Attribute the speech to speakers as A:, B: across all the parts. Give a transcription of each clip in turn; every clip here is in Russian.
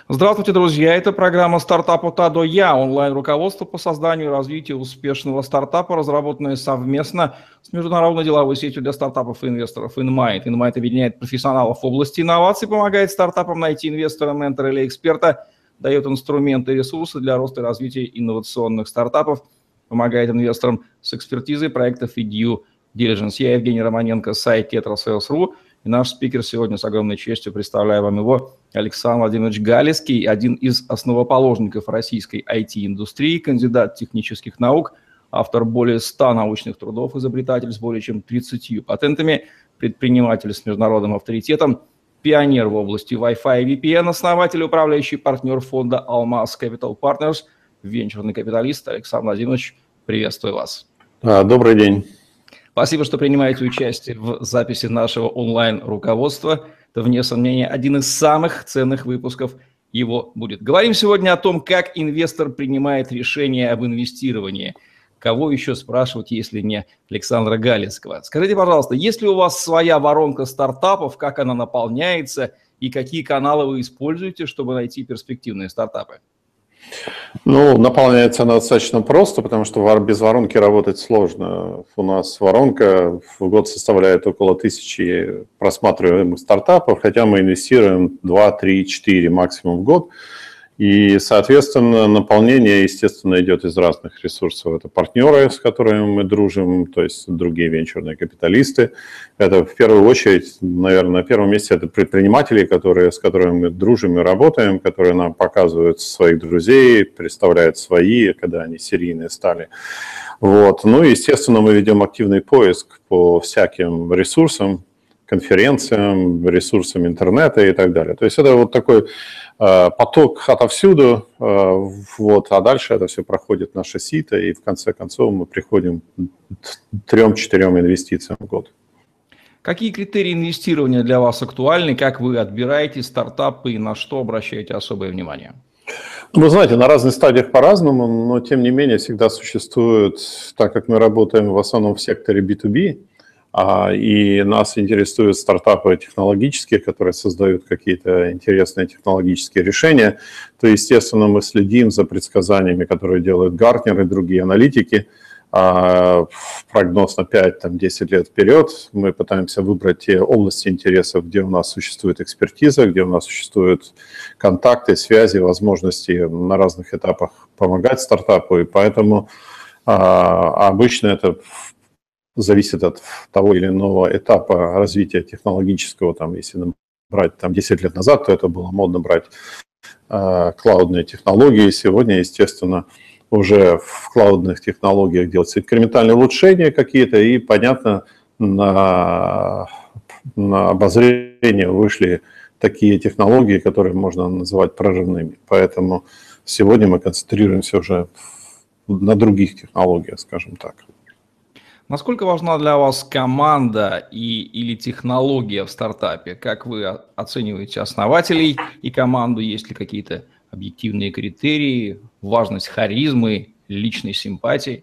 A: Здравствуйте, друзья! Это программа «Стартап от А до Я», онлайн-руководство по созданию и развитию успешного стартапа, разработанное совместно с международной деловой сетью для стартапов и инвесторов InMind. InMind объединяет профессионалов в области инноваций, помогает стартапам найти инвестора, ментора или эксперта, дает инструменты и ресурсы для роста и развития инновационных стартапов, помогает инвесторам с экспертизой проектов и due diligence. Я Евгений Романенко, сайт tetrasales.ru. И наш спикер сегодня с огромной честью, представляю вам его, Александр Владимирович Галицкий, один из основоположников российской IT-индустрии, кандидат технических наук, автор более 100 научных трудов, изобретатель с более чем 30 патентами, предприниматель с международным авторитетом, пионер в области Wi-Fi и VPN, основатель и управляющий партнер фонда Almaz Capital Partners, венчурный капиталист. Александр Владимирович, приветствую вас.
B: Добрый день.
A: Спасибо, что принимаете участие в записи нашего онлайн-руководства. Это, вне сомнения, один из самых ценных выпусков его будет. Говорим сегодня о том, как инвестор принимает решение об инвестировании. Кого еще спрашивать, если не Александра Галицкого? Скажите, пожалуйста, есть ли у вас своя воронка стартапов, как она наполняется и какие каналы вы используете, чтобы найти перспективные стартапы?
B: Наполняется она достаточно просто, потому что без воронки работать сложно. У нас воронка в год составляет около 1000 просматриваемых стартапов, хотя мы инвестируем 2, 3, 4 максимум в год. И, соответственно, наполнение, естественно, идет из разных ресурсов. Это партнеры, с которыми мы дружим, то есть другие венчурные капиталисты. Это, в первую очередь, наверное, на первом месте это предприниматели, с которыми мы дружим и работаем, которые нам показывают своих друзей, представляют свои, когда они серийные стали. Естественно, мы ведем активный поиск по всяким ресурсам, конференциям, ресурсам интернета и так далее. То есть это вот такой поток отовсюду, а дальше это все проходит наше сито, и в конце концов мы приходим к 3-4 инвестициям в год.
A: Какие критерии инвестирования для вас актуальны? Как вы отбираете стартапы и на что обращаете особое внимание?
B: Вы знаете, на разных стадиях по-разному, но тем не менее всегда существует, так как мы работаем в основном в секторе B2B, и нас интересуют стартапы технологические, которые создают какие-то интересные технологические решения, то, естественно, мы следим за предсказаниями, которые делают Гартнер и другие аналитики. Прогноз на 5-10 лет вперед. Мы пытаемся выбрать те области интересов, где у нас существует экспертиза, где у нас существуют контакты, связи, возможности на разных этапах помогать стартапу. И поэтому обычно это зависит от того или иного этапа развития технологического. Если брать 10 лет назад, то это было модно брать клаудные технологии. Сегодня, естественно, уже в клаудных технологиях делаются инкрементальные улучшения какие-то, и, понятно, на обозрение вышли такие технологии, которые можно называть прорывными. Поэтому сегодня мы концентрируемся уже на других технологиях, скажем так.
A: Насколько важна для вас команда или технология в стартапе? Как вы оцениваете основателей и команду? Есть ли какие-то объективные критерии, важность харизмы, личной симпатии?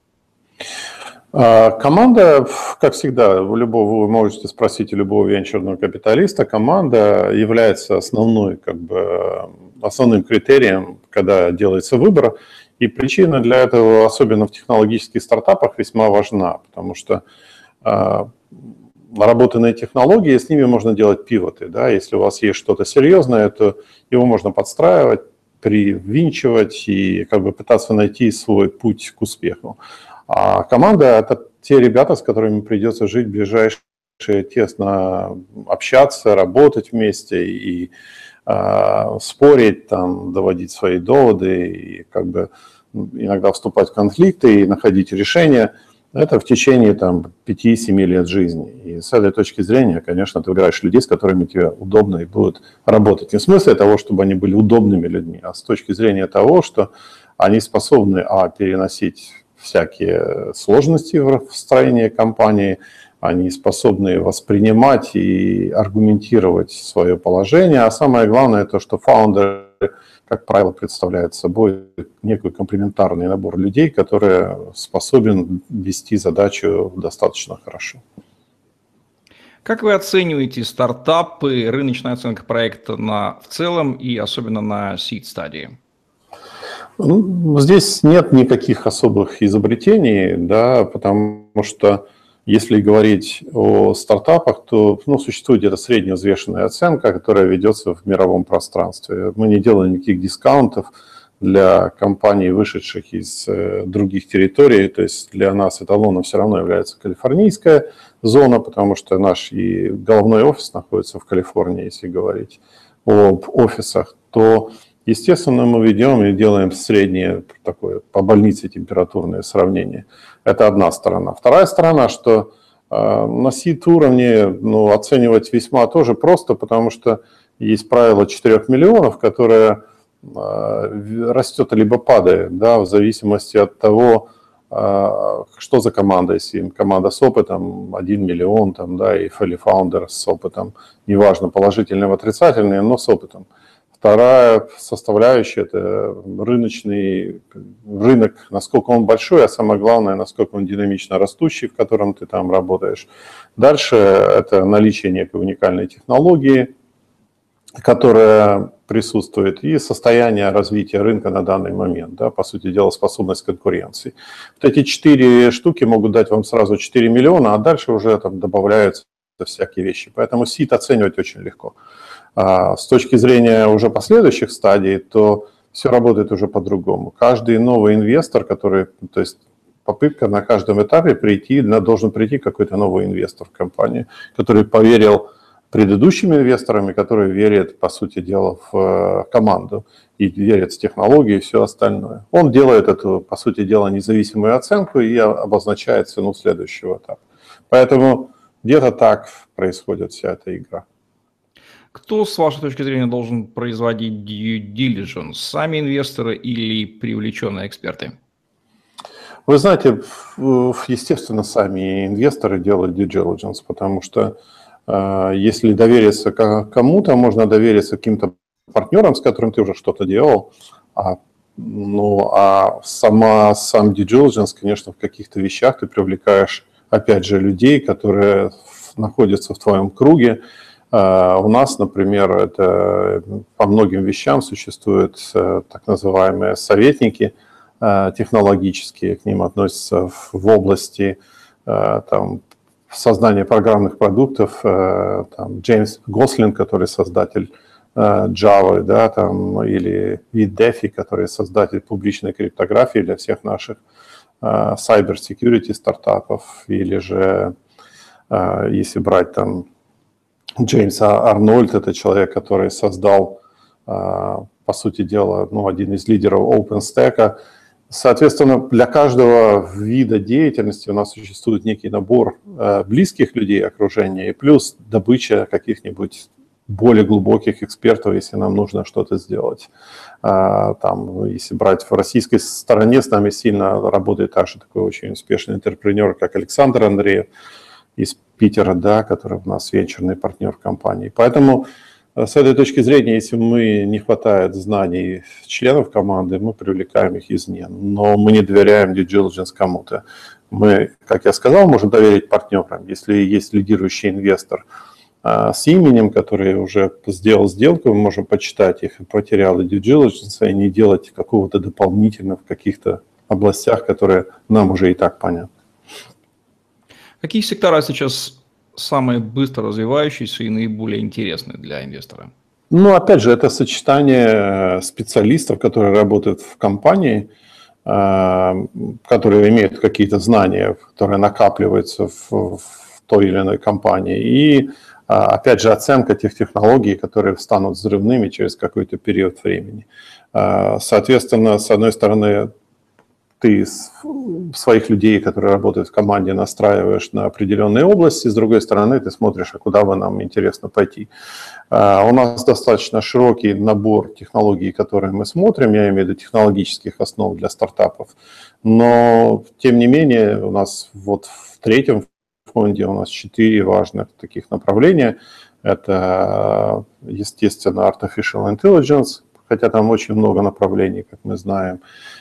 B: Команда, как всегда, вы можете спросить у любого венчурного капиталиста, команда является основным критерием, когда делается выбор. И причина для этого, особенно в технологических стартапах, весьма важна, потому что наработанные технологии, с ними можно делать пивоты. Да? Если у вас есть что-то серьезное, то его можно подстраивать, привинчивать и пытаться найти свой путь к успеху. А команда – это те ребята, с которыми придется жить в ближайшие, тесно общаться, работать вместе и спорить, доводить свои доводы и иногда вступать в конфликты и находить решения. Это в течение 5-7 лет жизни. И с этой точки зрения, конечно, ты выбираешь людей, с которыми тебе удобно и будет работать. Не в смысле того, чтобы они были удобными людьми, а с точки зрения того, что они способны переносить всякие сложности в строении компании, они способны воспринимать и аргументировать свое положение. А самое главное, то, что фаундеры, как правило, представляют собой некий комплементарный набор людей, которые способен вести задачу достаточно хорошо.
A: Как вы оцениваете стартапы, рыночная оценка проекта в целом и особенно на seed-стадии?
B: Ну, здесь нет никаких особых изобретений, да, потому что если говорить о стартапах, то существует где-то средневзвешенная оценка, которая ведется в мировом пространстве. Мы не делаем никаких дискаунтов для компаний, вышедших из других территорий. То есть для нас эталоном все равно является калифорнийская зона, потому что наш и головной офис находится в Калифорнии, если говорить об офисах, то естественно, мы ведем и делаем среднее такое по больнице температурное сравнение. Это одна сторона. Вторая сторона, что на seed-уровне оценивать весьма тоже просто, потому что есть правило 4 миллионов, которое растет либо падает, да, в зависимости от того, что за команда. Если команда с опытом 1 миллион, там, да, и фаундер с опытом, неважно, положительный или отрицательный, но с опытом. Вторая составляющая – это рынок, насколько он большой, а самое главное, насколько он динамично растущий, в котором ты там работаешь. Дальше это наличие некой уникальной технологии, которая присутствует, и состояние развития рынка на данный момент, да, по сути дела, способность конкуренции. Вот эти 4 штуки могут дать вам сразу 4 миллиона, а дальше уже там добавляются всякие вещи. Поэтому seed оценивать очень легко. С точки зрения уже последующих стадий, то все работает уже по-другому. Каждый новый инвестор, то есть попытка на каждом этапе должен прийти какой-то новый инвестор в компанию, который поверил предыдущим инвесторам и который верит, по сути дела, в команду и верит в технологии и все остальное. Он делает эту, по сути дела, независимую оценку и обозначает цену следующего этапа. Поэтому где-то так происходит вся эта игра.
A: Кто, с вашей точки зрения, должен производить due diligence? Сами инвесторы или привлеченные эксперты?
B: Вы знаете, естественно, сами инвесторы делают due diligence, потому что если довериться кому-то, можно довериться каким-то партнерам, с которым ты уже что-то делал, сам due diligence, конечно, в каких-то вещах ты привлекаешь, опять же, людей, которые находятся в твоем круге. У нас, например, это по многим вещам существуют так называемые советники технологические, к ним относятся в области создания программных продуктов. Джеймс Гослинг, который создатель Java, да, или DeFi, который создатель публичной криптографии для всех наших cyber security стартапов, или же, если брать Джеймса Арнольд, это человек, который создал, по сути дела, один из лидеров OpenStack. Соответственно, для каждого вида деятельности у нас существует некий набор близких людей окружения и плюс добыча каких-нибудь более глубоких экспертов, если нам нужно что-то сделать. Если брать в российской стороне, с нами сильно работает также такой очень успешный интерпренер, как Александр Андреев из Питера, да, который у нас венчурный партнер в компании. Поэтому с этой точки зрения, если не хватает знаний членов команды, мы привлекаем их извне. Но мы не доверяем due diligence кому-то. Мы, как я сказал, можем доверить партнерам. Если есть лидирующий инвестор с именем, который уже сделал сделку, мы можем почитать их материалы due diligence и не делать какого-то дополнительного в каких-то областях, которые нам уже и так понятны.
A: Какие сектора сейчас самые быстро развивающиеся и наиболее интересные для инвестора?
B: Опять же, это сочетание специалистов, которые работают в компании, которые имеют какие-то знания, которые накапливаются в той или иной компании, и, опять же, оценка тех технологий, которые станут взрывными через какой-то период времени. Соответственно, с одной стороны, ты своих людей, которые работают в команде, настраиваешь на определенные области, с другой стороны, ты смотришь, а куда бы нам интересно пойти. У нас достаточно широкий набор технологий, которые мы смотрим, я имею в виду технологических основ для стартапов, но, тем не менее, у нас вот в третьем фонде у нас 4 важных таких направления. Это, естественно, Artificial Intelligence, хотя там очень много направлений, как мы знаем.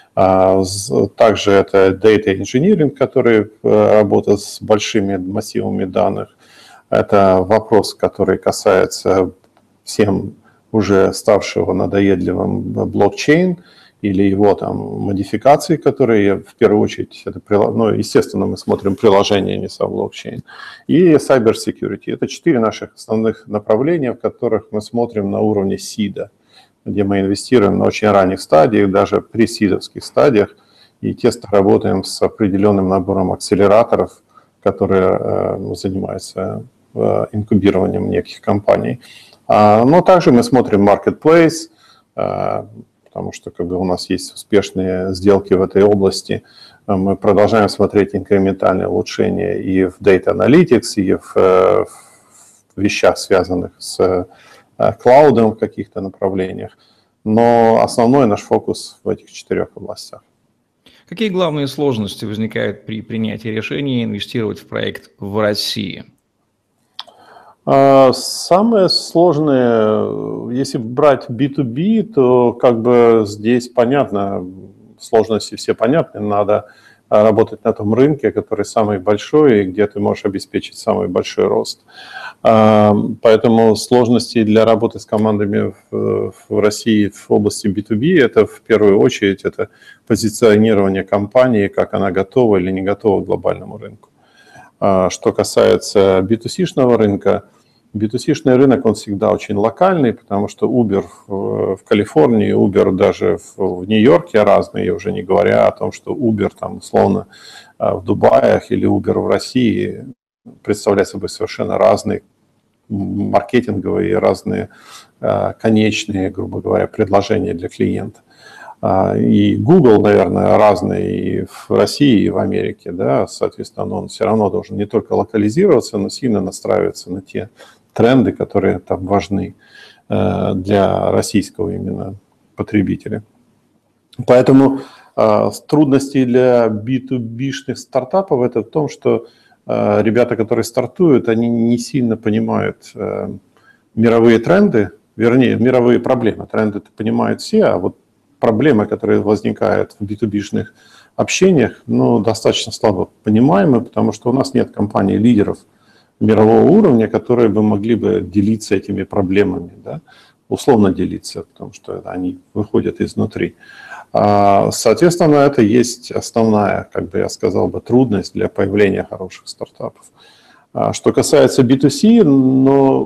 B: Также это Data Engineering, который работает с большими массивами данных. Это вопрос, который касается всем уже ставшего надоедливым блокчейн или его там модификации, которые в первую очередь, это, ну, естественно, мы смотрим приложение, не сам блокчейн, и cyber security. Это 4 наших основных направления, в которых мы смотрим на уровне сида, где мы инвестируем на очень ранних стадиях, даже при сидовских стадиях, и тесно работаем с определенным набором акселераторов, которые занимаются инкубированием неких компаний. Но также мы смотрим marketplace, потому что как бы у нас есть успешные сделки в этой области. Мы продолжаем смотреть инкрементальные улучшения и в Data Analytics, и в вещах, связанных с клаудом в каких-то направлениях. Но основной наш фокус в этих 4 областях.
A: Какие главные сложности возникают при принятии решения инвестировать в проект в России?
B: Самое сложное, если брать B2B, то как бы здесь понятно, сложности все понятны, надо работать на том рынке, который самый большой, и где ты можешь обеспечить самый большой рост. Поэтому сложности для работы с командами в России в области B2B, это в первую очередь это позиционирование компании, как она готова или не готова к глобальному рынку. Что касается B2C-шного рынка, B2C-шный рынок, он всегда очень локальный, потому что Uber в Калифорнии, Uber даже в Нью-Йорке разные, уже не говоря о том, что Uber там условно в Дубаях или Uber в России представляет собой совершенно разные маркетинговые, разные конечные, грубо говоря, предложения для клиента. И Google, наверное, разный и в России, и в Америке, да, соответственно, он все равно должен не только локализироваться, но сильно настраиваться на те тренды, которые там важны для российского именно потребителя. Поэтому трудности для B2B-шных стартапов это в том, что ребята, которые стартуют, они не сильно понимают мировые тренды, вернее, мировые проблемы. Тренды понимают все, а вот проблемы, которые возникают в B2B-шных общениях, ну, достаточно слабо понимаемы, потому что у нас нет компаний-лидеров мирового уровня, которые бы могли бы делиться этими проблемами, да? Условно делиться, потому что они выходят изнутри. Соответственно, это есть основная, как бы я сказал бы, трудность для появления хороших стартапов. Что касается B2C, но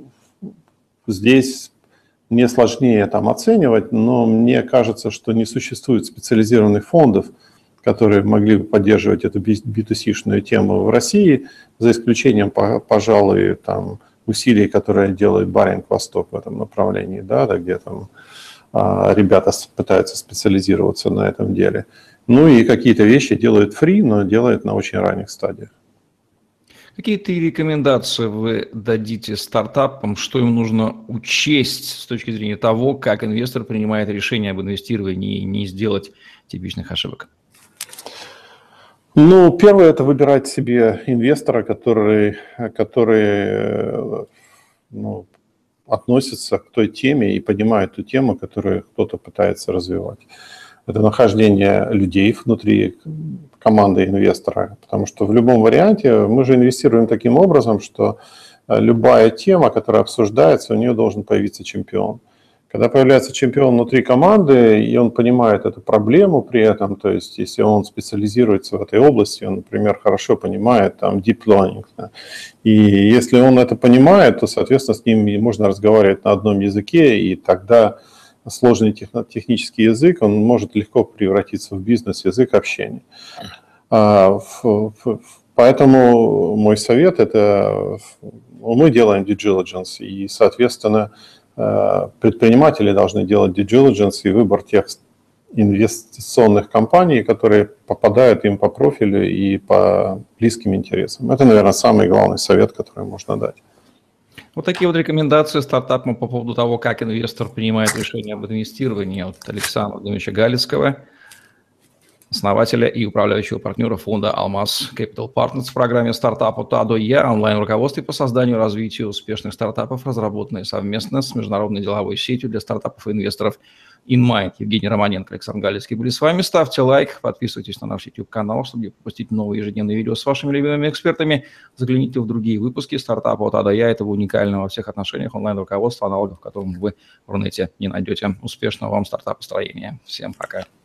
B: здесь мне сложнее там оценивать, но мне кажется, что не существует специализированных фондов, которые могли бы поддерживать эту B2C-шную тему в России, за исключением, пожалуй, там, усилий, которые делает Баринг Восток в этом направлении, да, где там ребята пытаются специализироваться на этом деле. Ну и какие-то вещи делают фри, но делают на очень ранних стадиях.
A: Какие рекомендации вы дадите стартапам, что им нужно учесть с точки зрения того, как инвестор принимает решение об инвестировании и не сделать типичных ошибок?
B: Ну, первое – это выбирать себе инвестора, который ну, относится к той теме и понимает ту тему, которую кто-то пытается развивать. Это нахождение людей внутри команды инвестора, потому что в любом варианте мы же инвестируем таким образом, что любая тема, которая обсуждается, у нее должен появиться чемпион. Когда появляется чемпион внутри команды, и он понимает эту проблему при этом, то есть если он специализируется в этой области, он, например, хорошо понимает там deep learning, да, и если он это понимает, то, соответственно, с ним можно разговаривать на одном языке, и тогда сложный технический язык, он может легко превратиться в бизнес-язык общения. Поэтому мой совет – это мы делаем due diligence, и, соответственно, предприниматели должны делать due diligence и выбор тех инвестиционных компаний, которые попадают им по профилю и по близким интересам. Это, наверное, самый главный совет, который можно дать.
A: Вот такие вот рекомендации стартапам по поводу того, как инвестор принимает решение об инвестировании от Александра Владимировича Галицкого, основателя и управляющего партнера фонда Алмаз Capital Partners в программе «Стартап от А до Я», онлайн-руководстве по созданию и развитию успешных стартапов, разработанные совместно с международной деловой сетью для стартапов и инвесторов InMind. Евгений Романенко, Александр Галицкий были с вами. Ставьте лайк, подписывайтесь на наш YouTube-канал, чтобы не пропустить новые ежедневные видео с вашими любимыми экспертами. Загляните в другие выпуски стартапа от А до Я, этого уникального во всех отношениях онлайн-руководства, аналогов, которым вы в Рунете не найдете. Успешного вам стартап-построения. Всем пока.